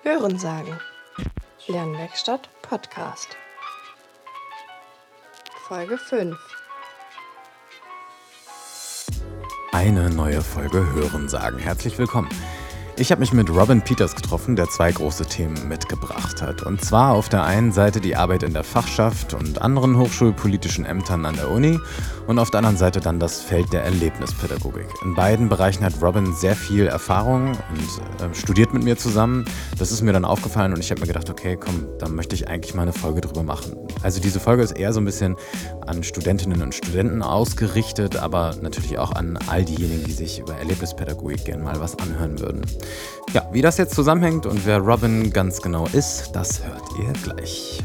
Hörensagen. Lernwerkstatt Podcast. Folge 5. Eine neue Folge Hörensagen. Herzlich willkommen. Ich habe mich mit Robin Peters getroffen, der zwei große Themen mitgebracht hat. Und zwar auf der einen Seite die Arbeit in der Fachschaft und anderen hochschulpolitischen Ämtern an der Uni und auf der anderen Seite dann das Feld der Erlebnispädagogik. In beiden Bereichen hat Robin sehr viel Erfahrung und studiert mit mir zusammen. Das ist mir dann aufgefallen und ich habe mir gedacht, okay, komm, da möchte ich eigentlich mal eine Folge drüber machen. Also diese Folge ist eher so ein bisschen an Studentinnen und Studenten ausgerichtet, aber natürlich auch an all diejenigen, die sich über Erlebnispädagogik gerne mal was anhören würden. Ja, wie das jetzt zusammenhängt und wer Robin ganz genau ist, das hört ihr gleich.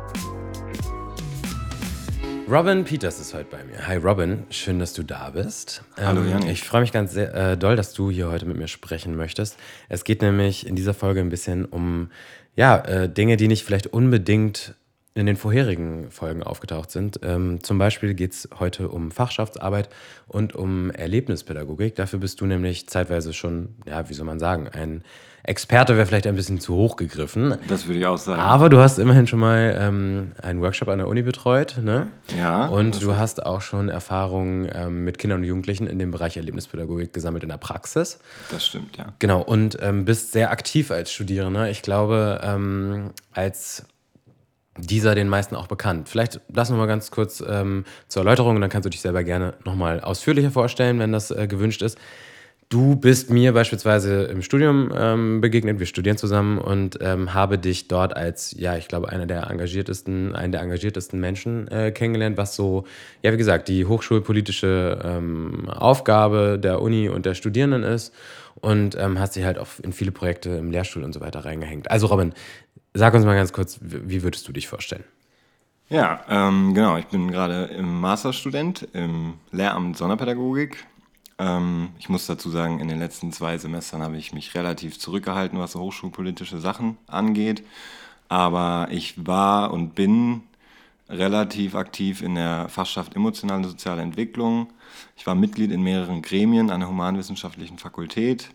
Robin Peters ist heute bei mir. Hi Robin, schön, dass du da bist. Hallo Jan. Ich freue mich ganz sehr doll, dass du hier heute mit mir sprechen möchtest. Es geht nämlich in dieser Folge ein bisschen um Dinge, die nicht vielleicht unbedingt in den vorherigen Folgen aufgetaucht sind. Zum Beispiel geht es heute um Fachschaftsarbeit und um Erlebnispädagogik. Dafür bist du nämlich zeitweise schon, wie soll man sagen, ein Experte wäre vielleicht ein bisschen zu hoch gegriffen. Das würde ich auch sagen. Aber du hast immerhin schon mal einen Workshop an der Uni betreut, ne? Ja. Und du hast auch schon Erfahrungen mit Kindern und Jugendlichen in dem Bereich Erlebnispädagogik gesammelt in der Praxis. Das stimmt, ja. Genau, und bist sehr aktiv als Studierender. Ich glaube, als dieser den meisten auch bekannt. Vielleicht lass noch mal ganz kurz zur Erläuterung und dann kannst du dich selber gerne noch mal ausführlicher vorstellen, wenn das gewünscht ist. Du bist mir beispielsweise im Studium begegnet, wir studieren zusammen und habe dich dort als, ich glaube, einen der engagiertesten Menschen kennengelernt, was so, wie gesagt, die hochschulpolitische Aufgabe der Uni und der Studierenden ist und hast dich halt auch in viele Projekte im Lehrstuhl und so weiter reingehängt. Also Robin, sag uns mal ganz kurz, wie würdest du dich vorstellen? Ja, genau. Ich bin gerade im Masterstudent im Lehramt Sonderpädagogik. Ich muss dazu sagen, in den letzten 2 Semestern habe ich mich relativ zurückgehalten, was so hochschulpolitische Sachen angeht. Aber ich war und bin relativ aktiv in der Fachschaft Emotionale und Soziale Entwicklung. Ich war Mitglied in mehreren Gremien an der Humanwissenschaftlichen Fakultät.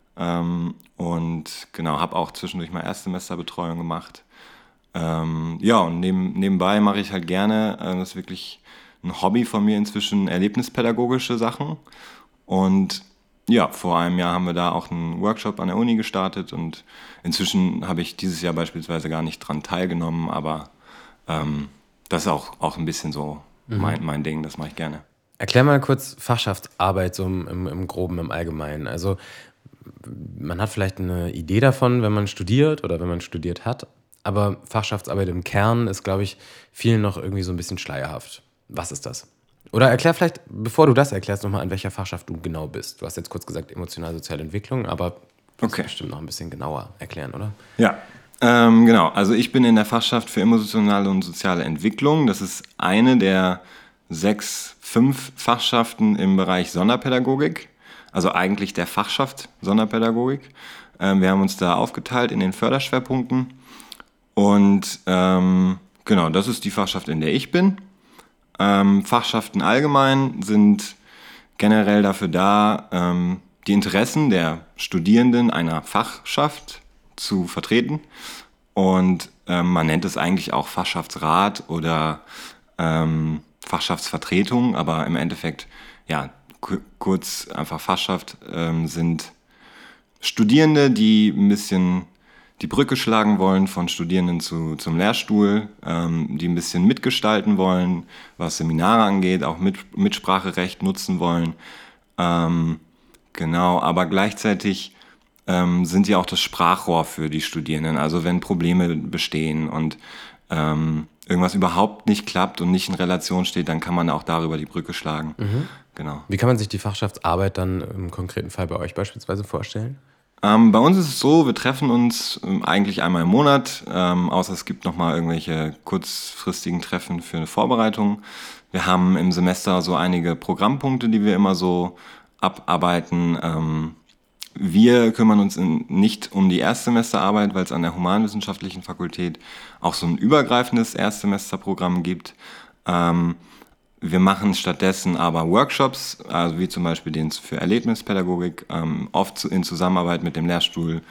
Und genau, habe auch zwischendurch mal Erstsemesterbetreuung gemacht. Und nebenbei mache ich halt gerne, das ist wirklich ein Hobby von mir inzwischen, erlebnispädagogische Sachen. Und ja, vor einem Jahr haben wir da auch einen Workshop an der Uni gestartet und inzwischen habe ich dieses Jahr beispielsweise gar nicht dran teilgenommen, aber das ist auch ein bisschen so mein Ding, das mache ich gerne. Erklär mal kurz Fachschaftsarbeit so im Groben, im Allgemeinen. Also man hat vielleicht eine Idee davon, wenn man studiert oder wenn man studiert hat, aber Fachschaftsarbeit im Kern ist, glaube ich, vielen noch irgendwie so ein bisschen schleierhaft. Was ist das? Oder erklär vielleicht, bevor du das erklärst, nochmal, an welcher Fachschaft du genau bist. Du hast jetzt kurz gesagt emotional-soziale Entwicklung, aber du kannst bestimmt noch ein bisschen genauer erklären, oder? Ja, genau. Also ich bin in der Fachschaft für emotionale und soziale Entwicklung. Das ist eine der 5 Fachschaften im Bereich Sonderpädagogik. Also eigentlich der Fachschaft Sonderpädagogik. Wir haben uns da aufgeteilt in den Förderschwerpunkten. Und genau, das ist die Fachschaft, in der ich bin. Fachschaften allgemein sind generell dafür da, die Interessen der Studierenden einer Fachschaft zu vertreten. Und man nennt es eigentlich auch Fachschaftsrat oder Fachschaftsvertretung, aber im Endeffekt, kurz einfach Fachschaft, sind Studierende, die ein bisschen die Brücke schlagen wollen von Studierenden zum Lehrstuhl, die ein bisschen mitgestalten wollen, was Seminare angeht, auch Mitspracherecht nutzen wollen. Genau, aber gleichzeitig sind sie auch das Sprachrohr für die Studierenden. Also wenn Probleme bestehen und irgendwas überhaupt nicht klappt und nicht in Relation steht, dann kann man auch darüber die Brücke schlagen. Genau. Wie kann man sich die Fachschaftsarbeit dann im konkreten Fall bei euch beispielsweise vorstellen? Bei uns ist es so, wir treffen uns eigentlich einmal im Monat, außer es gibt nochmal irgendwelche kurzfristigen Treffen für eine Vorbereitung. Wir haben im Semester so einige Programmpunkte, die wir immer so abarbeiten. Wir kümmern uns nicht um die Erstsemesterarbeit, weil es an der Humanwissenschaftlichen Fakultät auch so ein übergreifendes Erstsemesterprogramm gibt. Wir machen stattdessen aber Workshops, also wie zum Beispiel den für Erlebnispädagogik, oft in Zusammenarbeit mit dem Lehrstuhl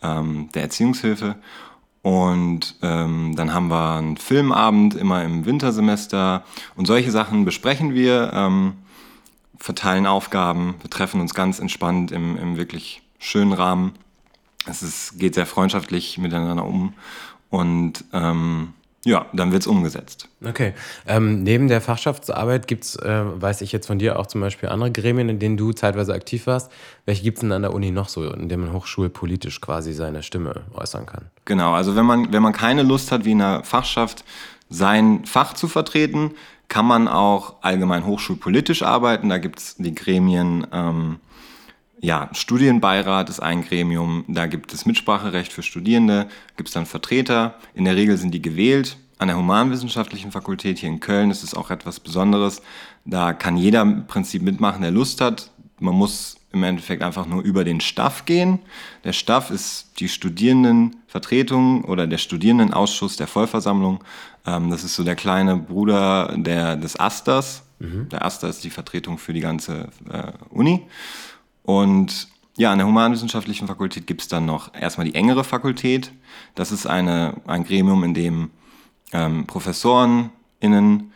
der Erziehungshilfe. Und dann haben wir einen Filmabend immer im Wintersemester und solche Sachen besprechen wir, verteilen Aufgaben, wir treffen uns ganz entspannt im wirklich schönen Rahmen. Geht sehr freundschaftlich miteinander um und dann wird es umgesetzt. Okay. Neben der Fachschaftsarbeit gibt es, weiß ich jetzt von dir, auch zum Beispiel andere Gremien, in denen du zeitweise aktiv warst. Welche gibt es denn an der Uni noch so, in denen man hochschulpolitisch quasi seine Stimme äußern kann? Genau, also wenn man keine Lust hat, wie in der Fachschaft sein Fach zu vertreten, kann man auch allgemein hochschulpolitisch arbeiten. Da gibt es die Gremien, Studienbeirat ist ein Gremium, da gibt es Mitspracherecht für Studierende, gibt es dann Vertreter. In der Regel sind die gewählt. An der Humanwissenschaftlichen Fakultät hier in Köln ist es auch etwas Besonderes. Da kann jeder im Prinzip mitmachen, der Lust hat. Man muss im Endeffekt einfach nur über den Staff gehen. Der Staff ist die Studierendenvertretung oder der Studierendenausschuss der Vollversammlung. Das ist so der kleine Bruder des Asters. Der Aster ist die Vertretung für die ganze Uni. Und ja, an der Humanwissenschaftlichen Fakultät gibt es dann noch erstmal die engere Fakultät. Das ist ein Gremium, in dem ProfessorInnen,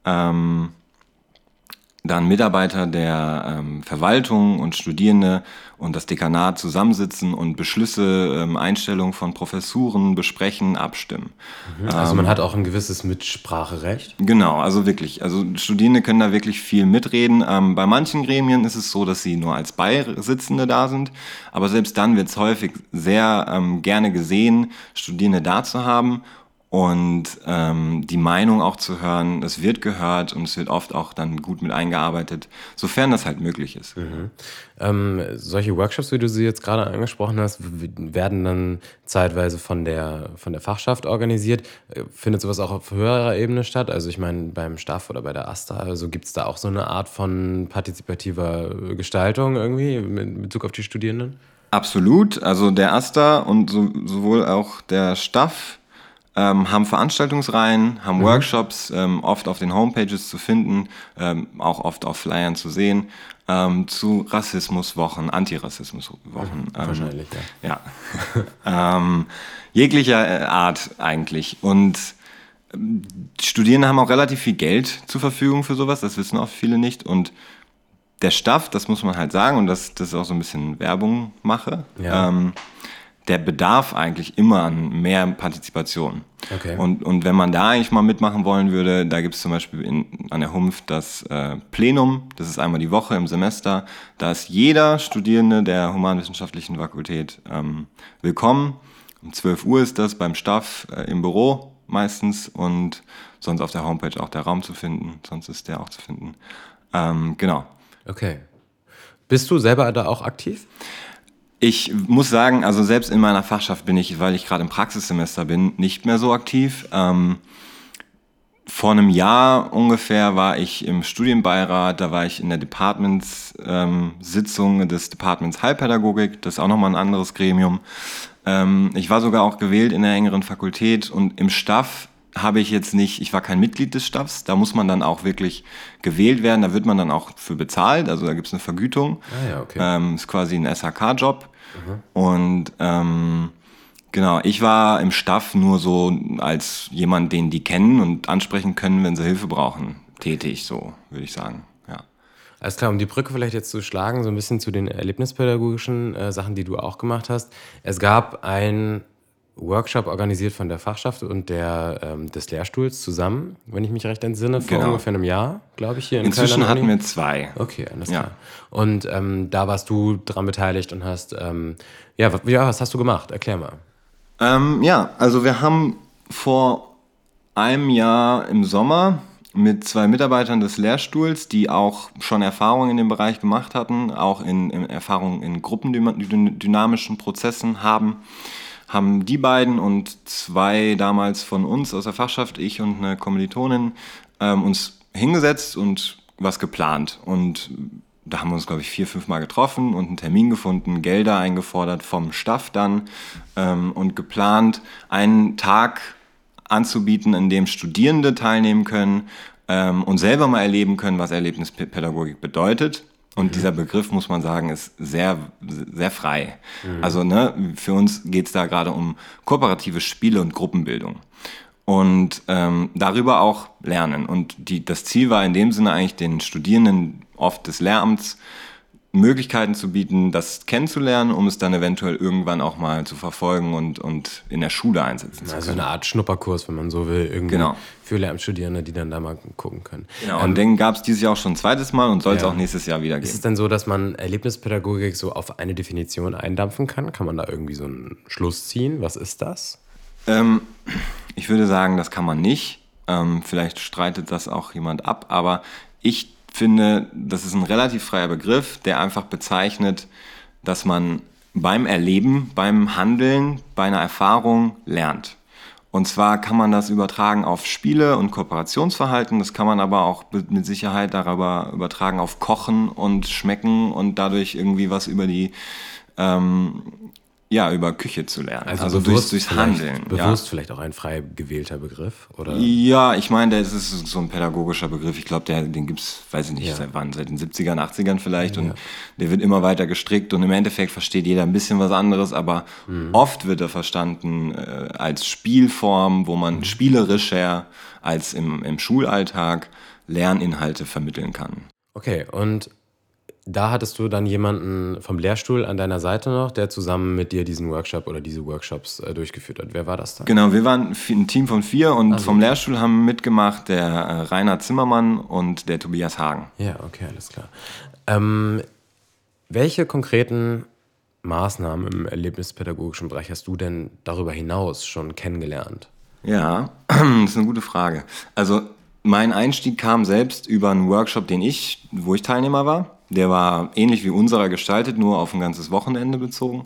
dann Mitarbeiter der Verwaltung und Studierende und das Dekanat zusammensitzen und Beschlüsse, Einstellungen von Professuren besprechen, abstimmen. Also man hat auch ein gewisses Mitspracherecht? Genau, also wirklich. Also Studierende können da wirklich viel mitreden. Bei manchen Gremien ist es so, dass sie nur als Beisitzende da sind. Aber selbst dann wird es häufig sehr gerne gesehen, Studierende da zu haben. Und die Meinung auch zu hören, es wird gehört und es wird oft auch dann gut mit eingearbeitet, sofern das halt möglich ist. Solche Workshops, wie du sie jetzt gerade angesprochen hast, werden dann zeitweise von der Fachschaft organisiert. Findet sowas auch auf höherer Ebene statt? Also ich meine beim Staff oder bei der AStA, also gibt es da auch so eine Art von partizipativer Gestaltung irgendwie mit Bezug auf die Studierenden? Absolut, also der AStA und sowohl auch der Staff haben Veranstaltungsreihen, haben Workshops, oft auf den Homepages zu finden, auch oft auf Flyern zu sehen, zu Rassismuswochen, Antirassismuswochen. Wahrscheinlich, ja. Jeglicher Art eigentlich. Und Studierende haben auch relativ viel Geld zur Verfügung für sowas, das wissen auch viele nicht. Und der Staff, das muss man halt sagen, und das ist auch so ein bisschen Werbung mache, der bedarf eigentlich immer an mehr Partizipation. Okay. Und wenn man da eigentlich mal mitmachen wollen würde, da gibt es zum Beispiel an der HUMF das Plenum, das ist einmal die Woche im Semester, da ist jeder Studierende der Humanwissenschaftlichen Fakultät willkommen. Um 12 Uhr ist das beim Staff im Büro meistens und sonst auf der Homepage auch der Raum zu finden, sonst ist der auch zu finden. Genau. Okay. Bist du selber da auch aktiv? Ich muss sagen, also selbst in meiner Fachschaft bin ich, weil ich gerade im Praxissemester bin, nicht mehr so aktiv. Vor einem Jahr ungefähr war ich im Studienbeirat, da war ich in der Departmentssitzung des Departments Heilpädagogik, das ist auch nochmal ein anderes Gremium. Ich war sogar auch gewählt in der engeren Fakultät und im Staff habe ich jetzt nicht, ich war kein Mitglied des Staffs, da muss man dann auch wirklich gewählt werden, da wird man dann auch für bezahlt, also da gibt es eine Vergütung. Okay. Ist quasi ein SHK-Job. Und genau, ich war im Staff nur so als jemand, den die kennen und ansprechen können, wenn sie Hilfe brauchen, tätig, so würde ich sagen, ja. Alles klar, um die Brücke vielleicht jetzt zu schlagen, so ein bisschen zu den erlebnispädagogischen Sachen, die du auch gemacht hast. Es gab ein Workshop organisiert von der Fachschaft und des Lehrstuhls zusammen, wenn ich mich recht entsinne, vor ungefähr einem Jahr, glaube ich, hier in Köln. Inzwischen hatten wir 2. Okay, alles klar. Und da warst du dran beteiligt und hast, was hast du gemacht? Erklär mal. Also wir haben vor einem Jahr im Sommer mit 2 Mitarbeitern des Lehrstuhls, die auch schon Erfahrungen in dem Bereich gemacht hatten, auch in Erfahrungen in gruppendynamischen Prozessen haben die beiden und 2 damals von uns aus der Fachschaft, ich und eine Kommilitonin, uns hingesetzt und was geplant. Und da haben wir uns, glaube ich, 4-5 Mal getroffen und einen Termin gefunden, Gelder eingefordert vom Staff dann und geplant, einen Tag anzubieten, in dem Studierende teilnehmen können und selber mal erleben können, was Erlebnispädagogik bedeutet. Und dieser Begriff, muss man sagen, ist sehr, sehr frei. Also für uns geht es da gerade um kooperative Spiele und Gruppenbildung. Und darüber auch lernen. Und das Ziel war in dem Sinne eigentlich, den Studierenden oft des Lehramts Möglichkeiten zu bieten, das kennenzulernen, um es dann eventuell irgendwann auch mal zu verfolgen und in der Schule einsetzen zu können. Also eine Art Schnupperkurs, wenn man so will, irgendwie Genau. für Lehramtsstudierende, die dann da mal gucken können. Genau, und den gab es dieses Jahr auch schon ein zweites Mal und soll es auch nächstes Jahr wieder Ist es geben. denn so, dass man Erlebnispädagogik so auf eine Definition eindampfen kann? Kann man da irgendwie so einen Schluss ziehen? Was ist das? Ich würde sagen, das kann man nicht. Vielleicht streitet das auch jemand ab, aber ich finde, das ist ein relativ freier Begriff, der einfach bezeichnet, dass man beim Erleben, beim Handeln, bei einer Erfahrung lernt. Und zwar kann man das übertragen auf Spiele und Kooperationsverhalten, das kann man aber auch mit Sicherheit darüber übertragen auf Kochen und Schmecken und dadurch irgendwie was über über Küche zu lernen. Also durchs Handeln. Bewusst vielleicht auch ein frei gewählter Begriff, oder? Ja, ich meine, das ist so ein pädagogischer Begriff. Ich glaube, den gibt es, weiß ich nicht, seit wann, seit den 70ern, 80ern vielleicht. Und der wird immer weiter gestrickt und im Endeffekt versteht jeder ein bisschen was anderes, aber oft wird er verstanden als Spielform, wo man spielerischer als im Schulalltag Lerninhalte vermitteln kann. Okay, und da hattest du dann jemanden vom Lehrstuhl an deiner Seite noch, der zusammen mit dir diesen Workshop oder diese Workshops durchgeführt hat. Wer war das dann? Genau, wir waren ein Team von 4 und vom Lehrstuhl haben mitgemacht der Rainer Zimmermann und der Tobias Hagen. Ja, okay, alles klar. Welche konkreten Maßnahmen im erlebnispädagogischen Bereich hast du denn darüber hinaus schon kennengelernt? Ja, das ist eine gute Frage. Also mein Einstieg kam selbst über einen Workshop, wo ich Teilnehmer war. Der war ähnlich wie unserer gestaltet, nur auf ein ganzes Wochenende bezogen.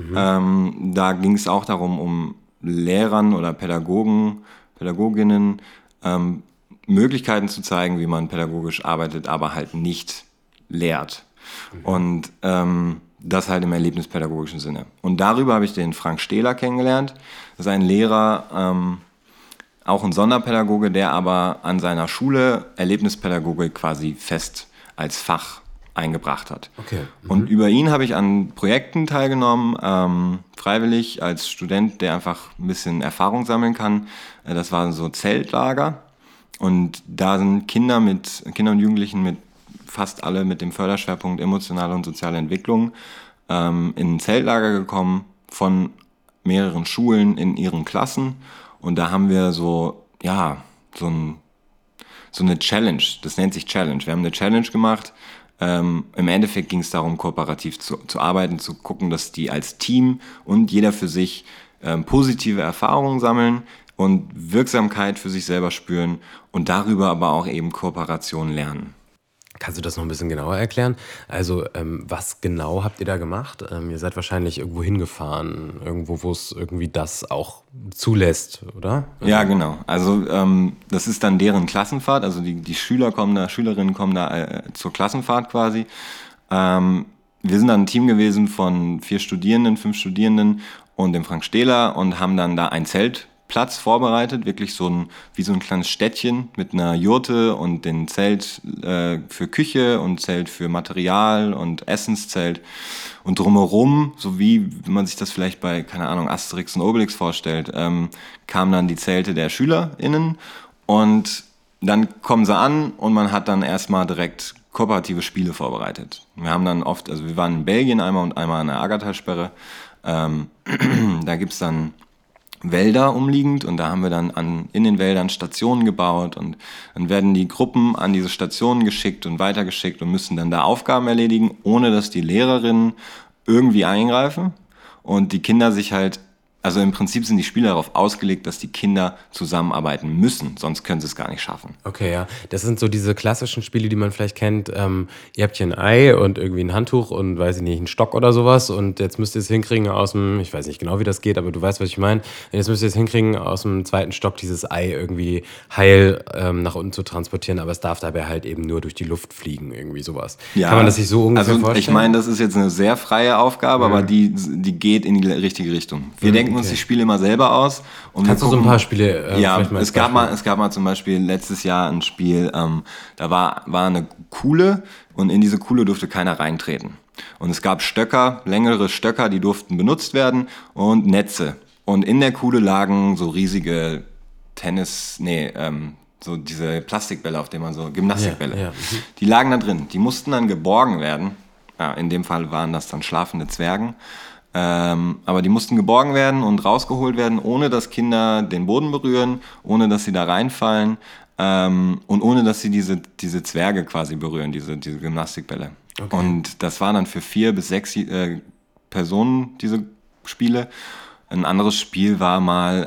Da ging es auch darum, um Lehrern oder Pädagoginnen Möglichkeiten zu zeigen, wie man pädagogisch arbeitet, aber halt nicht lehrt. Und das halt im erlebnispädagogischen Sinne. Und darüber habe ich den Frank Stehler kennengelernt. Das ist ein Lehrer, auch ein Sonderpädagoge, der aber an seiner Schule Erlebnispädagogik quasi fest als Fach eingebracht hat. Okay. Und über ihn habe ich an Projekten teilgenommen, freiwillig als Student, der einfach ein bisschen Erfahrung sammeln kann. Das waren so Zeltlager und da sind Kinder und Jugendlichen fast alle mit dem Förderschwerpunkt emotionale und soziale Entwicklung in ein Zeltlager gekommen von mehreren Schulen in ihren Klassen und da haben wir so eine Challenge, das nennt sich Challenge. Wir haben eine Challenge gemacht. Im Endeffekt ging es darum, kooperativ zu arbeiten, zu gucken, dass die als Team und jeder für sich positive Erfahrungen sammeln und Wirksamkeit für sich selber spüren und darüber aber auch eben Kooperation lernen. Kannst du das noch ein bisschen genauer erklären? Also, was genau habt ihr da gemacht? Ihr seid wahrscheinlich irgendwo hingefahren, irgendwo, wo es irgendwie das auch zulässt, oder? Ja, genau. Also das ist dann deren Klassenfahrt. Also die Schülerinnen kommen da zur Klassenfahrt quasi. Wir sind dann ein Team gewesen von 5 Studierenden und dem Frank Stehler und haben dann da ein Zeltplatz vorbereitet, wirklich wie so ein kleines Städtchen mit einer Jurte und den Zelt für Küche und Zelt für Material und Essenszelt. Und drumherum, so wie man sich das vielleicht bei, keine Ahnung, Asterix und Obelix vorstellt, kamen dann die Zelte der SchülerInnen und dann kommen sie an und man hat dann erstmal direkt kooperative Spiele vorbereitet. Wir haben dann wir waren in Belgien einmal und einmal an der Aggertalsperre. Da gibt es dann Wälder umliegend und da haben wir dann in den Wäldern Stationen gebaut und dann werden die Gruppen an diese Stationen geschickt und weitergeschickt und müssen dann da Aufgaben erledigen, ohne dass die Lehrerinnen irgendwie eingreifen und die Kinder also im Prinzip sind die Spiele darauf ausgelegt, dass die Kinder zusammenarbeiten müssen, sonst können sie es gar nicht schaffen. Okay, ja. Das sind so diese klassischen Spiele, die man vielleicht kennt. Ihr habt hier ein Ei und irgendwie ein Handtuch und, weiß ich nicht, einen Stock oder sowas und jetzt müsst ihr es hinkriegen ich weiß nicht genau, wie das geht, aber du weißt, was ich meine. Jetzt müsst ihr es hinkriegen, aus dem 2. Stock dieses Ei irgendwie heil nach unten zu transportieren, aber es darf dabei halt eben nur durch die Luft fliegen, irgendwie sowas. Ja, kann man das sich so ungefähr vorstellen? Ich meine, das ist jetzt eine sehr freie Aufgabe, aber die geht in die richtige Richtung. Wir denken denken uns die Spiele immer selber aus. Und Kannst du so ein paar Spiele es gab mal zum Beispiel letztes Jahr ein Spiel, da war eine Kuhle und in diese Kuhle durfte keiner reintreten. Und es gab Stöcker, längere Stöcker, die durften benutzt werden und Netze. Und in der Kuhle lagen so riesige so diese Plastikbälle, auf denen man so Gymnastikbälle. Die lagen da drin. Die mussten dann geborgen werden. Ja, in dem Fall waren das dann schlafende Zwergen. Aber die mussten geborgen werden und rausgeholt werden, ohne dass Kinder den Boden berühren, ohne dass sie da reinfallen und ohne dass sie diese Zwerge quasi berühren, diese Gymnastikbälle. Okay. Und das waren dann für 4 bis 6 Personen, diese Spiele. Ein anderes Spiel war mal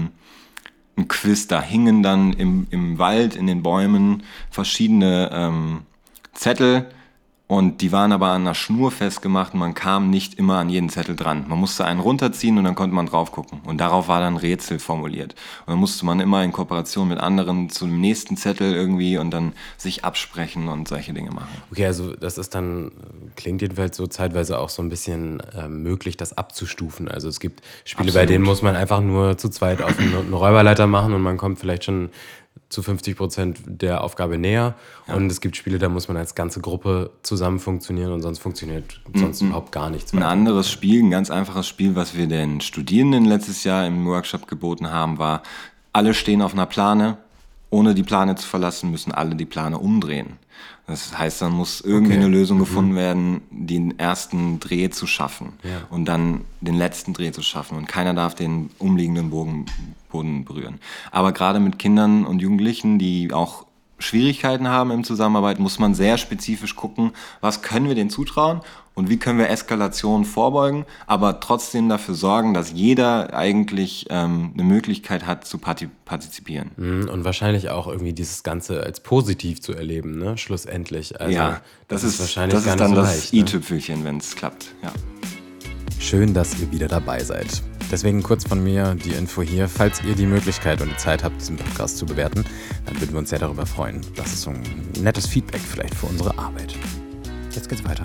ein Quiz. Da hingen dann im Wald, in den Bäumen verschiedene Zettel. Und die waren aber an einer Schnur festgemacht und man kam nicht immer an jeden Zettel dran. Man musste einen runterziehen und dann konnte man drauf gucken. Und darauf war dann ein Rätsel formuliert. Und dann musste man immer in Kooperation mit anderen zu dem nächsten Zettel irgendwie und dann sich absprechen und solche Dinge machen. Okay, also das ist dann, klingt jedenfalls so zeitweise auch so ein bisschen möglich, das abzustufen. Also es gibt Spiele, Absolut. Bei denen muss man einfach nur zu zweit auf eine Räuberleiter machen und man kommt vielleicht schon zu 50% der Aufgabe näher. Ja. Und es gibt Spiele, da muss man als ganze Gruppe zusammen funktionieren und sonst funktioniert überhaupt gar nichts weiter. Ein anderes Spiel, ein ganz einfaches Spiel, was wir den Studierenden letztes Jahr im Workshop geboten haben, war, alle stehen auf einer Plane. Ohne die Plane zu verlassen, müssen alle die Plane umdrehen. Das heißt, dann muss irgendwie eine Lösung gefunden werden, den ersten Dreh zu schaffen und dann den letzten Dreh zu schaffen. Und keiner darf den umliegenden Boden berühren. Aber gerade mit Kindern und Jugendlichen, die auch Schwierigkeiten haben im Zusammenarbeit, muss man sehr spezifisch gucken, was können wir denen zutrauen und wie können wir Eskalationen vorbeugen, aber trotzdem dafür sorgen, dass jeder eigentlich eine Möglichkeit hat zu partizipieren. Und wahrscheinlich auch irgendwie dieses Ganze als positiv zu erleben, ne? Schlussendlich. Also, ja, das ist wahrscheinlich das gar nicht so leicht. Das ist dann das i-Tüpfelchen, wenn es klappt. Ja. Schön, dass ihr wieder dabei seid. Deswegen kurz von mir die Info hier. Falls ihr die Möglichkeit und die Zeit habt, diesen Podcast zu bewerten, dann würden wir uns sehr darüber freuen. Das ist so ein nettes Feedback vielleicht für unsere Arbeit. Jetzt geht's weiter.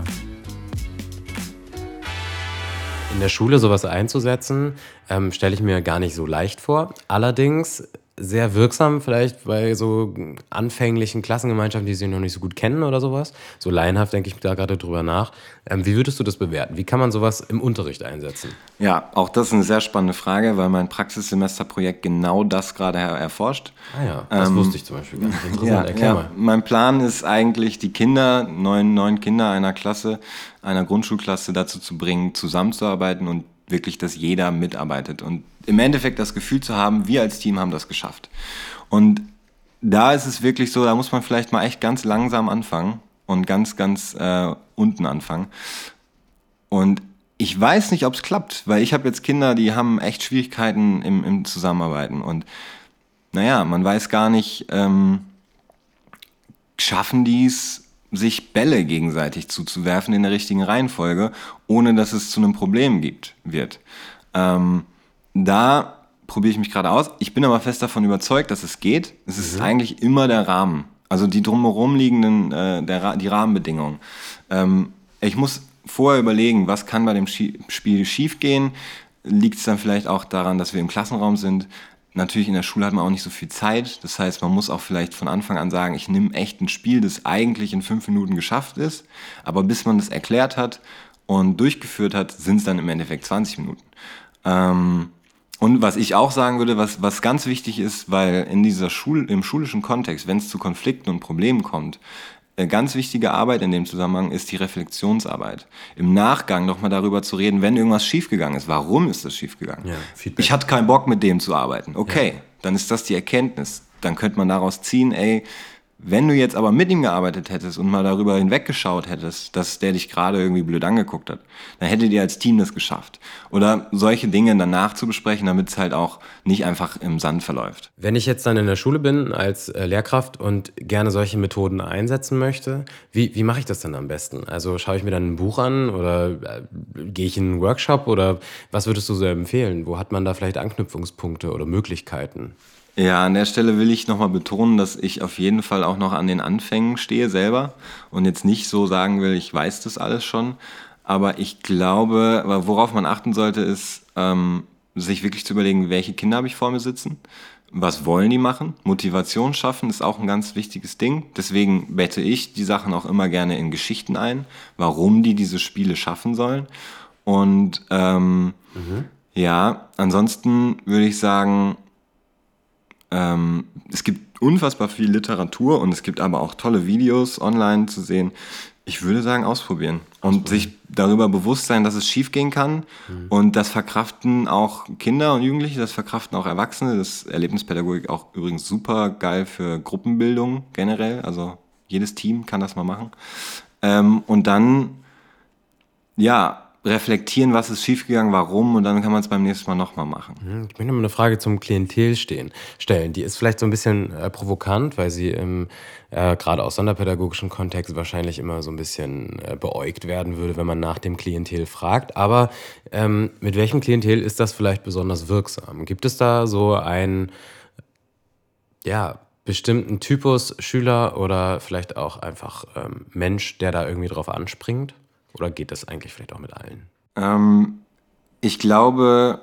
In der Schule sowas einzusetzen, stelle ich mir gar nicht so leicht vor. Allerdings sehr wirksam vielleicht bei so anfänglichen Klassengemeinschaften, die sich noch nicht so gut kennen oder sowas. So laienhaft denke ich da gerade drüber nach. Wie würdest du das bewerten? Wie kann man sowas im Unterricht einsetzen? Ja, auch das ist eine sehr spannende Frage, weil mein Praxissemesterprojekt genau das gerade erforscht. Ah ja, das wusste ich zum Beispiel gar nicht. Interessant, erklär mal. Mein Plan ist eigentlich, die Kinder, neun Kinder einer Klasse, einer Grundschulklasse dazu zu bringen, zusammenzuarbeiten und wirklich, dass jeder mitarbeitet und im Endeffekt das Gefühl zu haben, wir als Team haben das geschafft. Und da ist es wirklich so, da muss man vielleicht mal echt ganz langsam anfangen und ganz unten anfangen. Und ich weiß nicht, ob es klappt, weil ich habe jetzt Kinder, die haben echt Schwierigkeiten im Zusammenarbeiten. Und naja, man weiß gar nicht, schaffen die es, sich Bälle gegenseitig zuzuwerfen in der richtigen Reihenfolge, ohne dass es zu einem Problem wird. Da probiere ich mich gerade aus. Ich bin aber fest davon überzeugt, dass es geht. Es ist eigentlich immer der Rahmen. Also die drumherum liegenden, die Rahmenbedingungen. Ich muss vorher überlegen, was kann bei dem Spiel schief gehen. Liegt es dann vielleicht auch daran, dass wir im Klassenraum sind? Natürlich in der Schule hat man auch nicht so viel Zeit. Das heißt, man muss auch vielleicht von Anfang an sagen, ich nehme echt ein Spiel, das eigentlich in 5 Minuten geschafft ist. Aber bis man das erklärt hat und durchgeführt hat, sind es dann im Endeffekt 20 Minuten. Und was ich auch sagen würde, was ganz wichtig ist, weil in dieser im schulischen Kontext, wenn es zu Konflikten und Problemen kommt, ganz wichtige Arbeit in dem Zusammenhang ist die Reflexionsarbeit. Im Nachgang nochmal darüber zu reden, wenn irgendwas schiefgegangen ist. Warum ist das schiefgegangen? Ja, ich hatte keinen Bock, mit dem zu arbeiten. Okay, dann ist das die Erkenntnis. Dann könnte man daraus ziehen, wenn du jetzt aber mit ihm gearbeitet hättest und mal darüber hinweggeschaut hättest, dass der dich gerade irgendwie blöd angeguckt hat, dann hättet ihr als Team das geschafft. Oder solche Dinge danach zu besprechen, damit es halt auch nicht einfach im Sand verläuft. Wenn ich jetzt dann in der Schule bin als Lehrkraft und gerne solche Methoden einsetzen möchte, wie mache ich das dann am besten? Also schaue ich mir dann ein Buch an oder gehe ich in einen Workshop oder was würdest du so empfehlen? Wo hat man da vielleicht Anknüpfungspunkte oder Möglichkeiten? Ja, an der Stelle will ich nochmal betonen, dass ich auf jeden Fall auch noch an den Anfängen stehe selber und jetzt nicht so sagen will, ich weiß das alles schon. Aber ich glaube, worauf man achten sollte, ist, sich wirklich zu überlegen, welche Kinder habe ich vor mir sitzen, was wollen die machen, Motivation schaffen ist auch ein ganz wichtiges Ding, deswegen bette ich die Sachen auch immer gerne in Geschichten ein, warum die diese Spiele schaffen sollen und ja, ansonsten würde ich sagen, es gibt unfassbar viel Literatur und es gibt aber auch tolle Videos online zu sehen. Ich würde sagen, ausprobieren und sich darüber bewusst sein, dass es schief gehen kann. Und das verkraften auch Kinder und Jugendliche, das verkraften auch Erwachsene. Das ist Erlebnispädagogik auch übrigens super geil für Gruppenbildung generell. Also jedes Team kann das mal machen. Und dann, ja, reflektieren, was ist schiefgegangen, warum, und dann kann man es beim nächsten Mal nochmal machen. Ich möchte noch mal eine Frage zum Klientel stellen. Die ist vielleicht so ein bisschen provokant, weil sie im gerade aus sonderpädagogischen Kontext wahrscheinlich immer so ein bisschen beäugt werden würde, wenn man nach dem Klientel fragt. Aber mit welchem Klientel ist das vielleicht besonders wirksam? Gibt es da so einen bestimmten Typus Schüler oder vielleicht auch einfach Mensch, der da irgendwie drauf anspringt? Oder geht das eigentlich vielleicht auch mit allen? Ich glaube,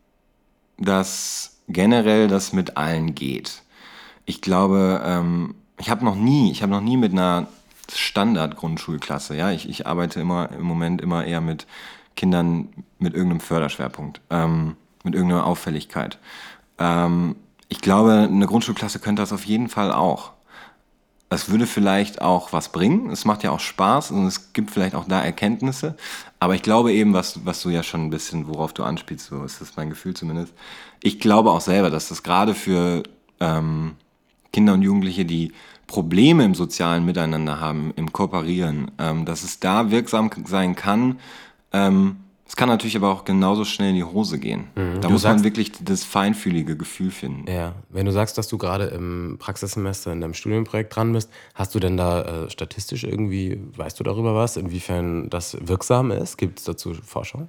dass generell das mit allen geht. Ich glaube, ich habe noch nie mit einer Standard-Grundschulklasse, ja, ich arbeite im Moment immer eher mit Kindern mit irgendeinem Förderschwerpunkt, mit irgendeiner Auffälligkeit. Ich glaube, eine Grundschulklasse könnte das auf jeden Fall auch. Es würde vielleicht auch was bringen, es macht ja auch Spaß und es gibt vielleicht auch da Erkenntnisse, aber ich glaube eben, was du ja schon ein bisschen, worauf du anspielst, so ist das mein Gefühl zumindest, ich glaube auch selber, dass das gerade für Kinder und Jugendliche, die Probleme im sozialen Miteinander haben, im Kooperieren, dass es da wirksam sein kann. Es kann natürlich aber auch genauso schnell in die Hose gehen. Da muss man wirklich das feinfühlige Gefühl finden. Ja, wenn du sagst, dass du gerade im Praxissemester in deinem Studienprojekt dran bist, hast du denn da statistisch irgendwie, weißt du darüber was, inwiefern das wirksam ist? Gibt es dazu Forschung?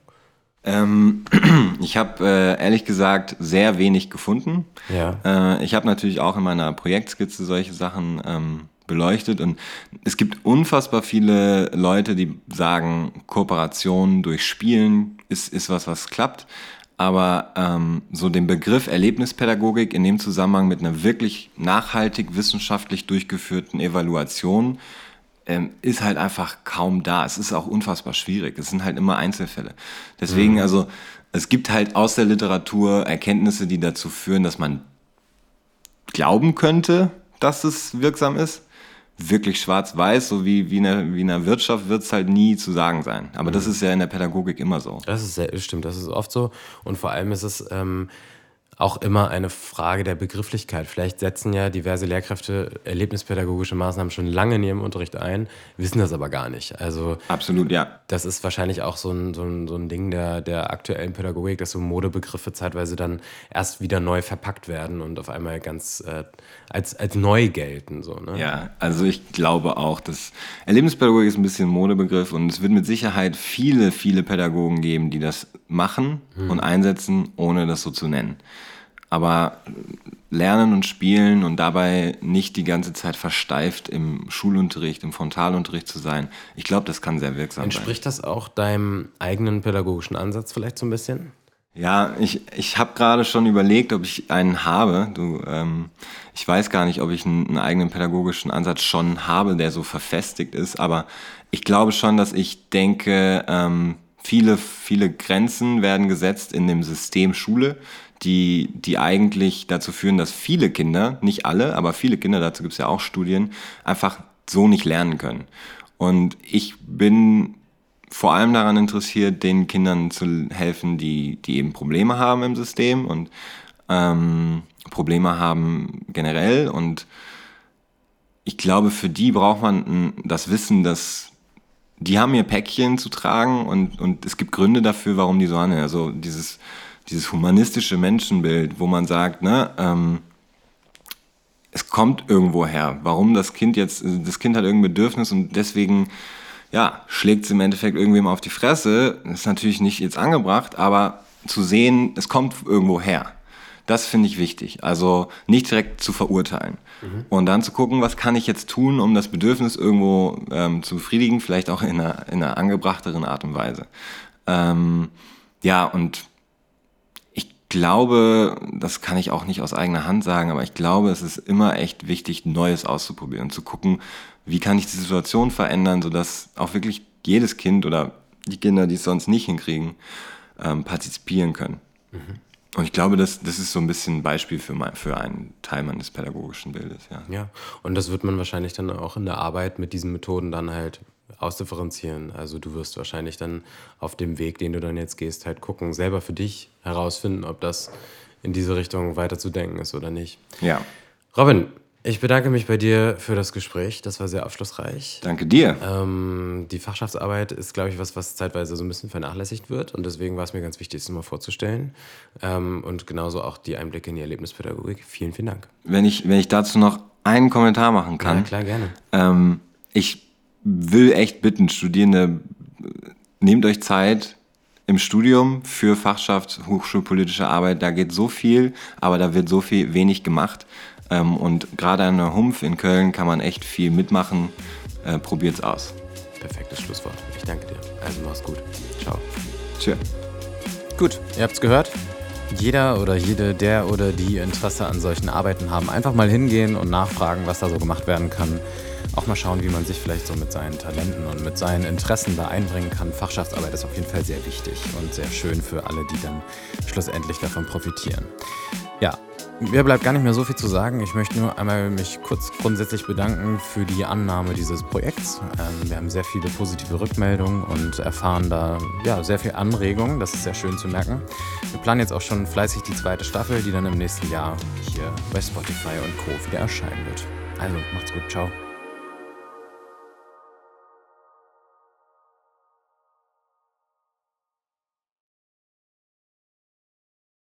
Ich habe ehrlich gesagt sehr wenig gefunden. Ja. Ich habe natürlich auch in meiner Projektskizze solche Sachen beleuchtet und es gibt unfassbar viele Leute, die sagen, Kooperation durch Spielen ist was klappt, aber so den Begriff Erlebnispädagogik in dem Zusammenhang mit einer wirklich nachhaltig wissenschaftlich durchgeführten Evaluation ist halt einfach kaum da. Es ist auch unfassbar schwierig. Es sind halt immer Einzelfälle. Deswegen, also es gibt halt aus der Literatur Erkenntnisse, die dazu führen, dass man glauben könnte, dass es wirksam ist. Wirklich schwarz-weiß, so wie in der Wirtschaft, wird es halt nie zu sagen sein. Aber das ist ja in der Pädagogik immer so. Stimmt, das ist oft so. Und vor allem ist es auch immer eine Frage der Begrifflichkeit. Vielleicht setzen ja diverse Lehrkräfte erlebnispädagogische Maßnahmen schon lange in ihrem Unterricht ein, wissen das aber gar nicht. Also absolut, ja. Das ist wahrscheinlich auch so ein Ding der aktuellen Pädagogik, dass so Modebegriffe zeitweise dann erst wieder neu verpackt werden und auf einmal ganz als neu gelten. So, ne? Ja, also ich glaube auch, dass Erlebnispädagogik ist ein bisschen ein Modebegriff und es wird mit Sicherheit viele, viele Pädagogen geben, die das machen und einsetzen, ohne das so zu nennen. Aber lernen und spielen und dabei nicht die ganze Zeit versteift im Schulunterricht, im Frontalunterricht zu sein, ich glaube, das kann sehr wirksam sein. Entspricht das auch deinem eigenen pädagogischen Ansatz vielleicht so ein bisschen? Ja, ich habe gerade schon überlegt, ob ich einen habe. Ich weiß gar nicht, ob ich einen eigenen pädagogischen Ansatz schon habe, der so verfestigt ist, aber ich glaube schon, dass ich denke, viele Grenzen werden gesetzt in dem System Schule, die eigentlich dazu führen, dass viele Kinder, nicht alle, aber viele Kinder, dazu gibt es ja auch Studien, einfach so nicht lernen können. Und ich bin vor allem daran interessiert, den Kindern zu helfen, die eben Probleme haben im System und Probleme haben generell. Und ich glaube, für die braucht man das Wissen, dass die haben ihr Päckchen zu tragen und es gibt Gründe dafür, warum die so handeln. Also dieses humanistische Menschenbild, wo man sagt, es kommt irgendwo her. Warum das Kind hat irgendein Bedürfnis und deswegen schlägt es im Endeffekt irgendwem auf die Fresse, ist natürlich nicht jetzt angebracht, aber zu sehen, es kommt irgendwo her. Das finde ich wichtig. Also nicht direkt zu verurteilen. Und dann zu gucken, was kann ich jetzt tun, um das Bedürfnis irgendwo zu befriedigen, vielleicht auch in einer angebrachteren Art und Weise. Und ich glaube, das kann ich auch nicht aus eigener Hand sagen, aber ich glaube, es ist immer echt wichtig, Neues auszuprobieren und zu gucken, wie kann ich die Situation verändern, sodass auch wirklich jedes Kind oder die Kinder, die es sonst nicht hinkriegen, partizipieren können. Und ich glaube, das ist so ein bisschen ein Beispiel für einen Teil meines pädagogischen Bildes. Ja. Ja, und das wird man wahrscheinlich dann auch in der Arbeit mit diesen Methoden dann halt ausdifferenzieren. Also du wirst wahrscheinlich dann auf dem Weg, den du dann jetzt gehst, halt gucken, selber für dich herausfinden, ob das in diese Richtung weiter zu denken ist oder nicht. Ja. Robin, ich bedanke mich bei dir für das Gespräch. Das war sehr aufschlussreich. Danke dir. Die Fachschaftsarbeit ist, glaube ich, was zeitweise so ein bisschen vernachlässigt wird. Und deswegen war es mir ganz wichtig, es mal vorzustellen. Und genauso auch die Einblicke in die Erlebnispädagogik. Vielen, vielen Dank. Wenn ich dazu noch einen Kommentar machen kann. Ja, klar, gerne. Ich will echt bitten, Studierende, nehmt euch Zeit im Studium für Fachschaft, hochschulpolitische Arbeit. Da geht so viel, aber da wird so viel wenig gemacht. Und gerade an der HUMF in Köln kann man echt viel mitmachen. Probiert's aus. Perfektes Schlusswort. Ich danke dir. Also mach's gut. Ciao. Tschö. Gut, ihr habt's gehört. Jeder oder jede, der oder die Interesse an solchen Arbeiten haben, einfach mal hingehen und nachfragen, was da so gemacht werden kann. Auch mal schauen, wie man sich vielleicht so mit seinen Talenten und mit seinen Interessen da einbringen kann. Fachschaftsarbeit ist auf jeden Fall sehr wichtig und sehr schön für alle, die dann schlussendlich davon profitieren. Ja, mir bleibt gar nicht mehr so viel zu sagen. Ich möchte nur einmal mich kurz grundsätzlich bedanken für die Annahme dieses Projekts. Wir haben sehr viele positive Rückmeldungen und erfahren da sehr viel Anregungen. Das ist sehr schön zu merken. Wir planen jetzt auch schon fleißig die 2. Staffel, die dann im nächsten Jahr hier bei Spotify und Co. wieder erscheinen wird. Also, macht's gut. Ciao.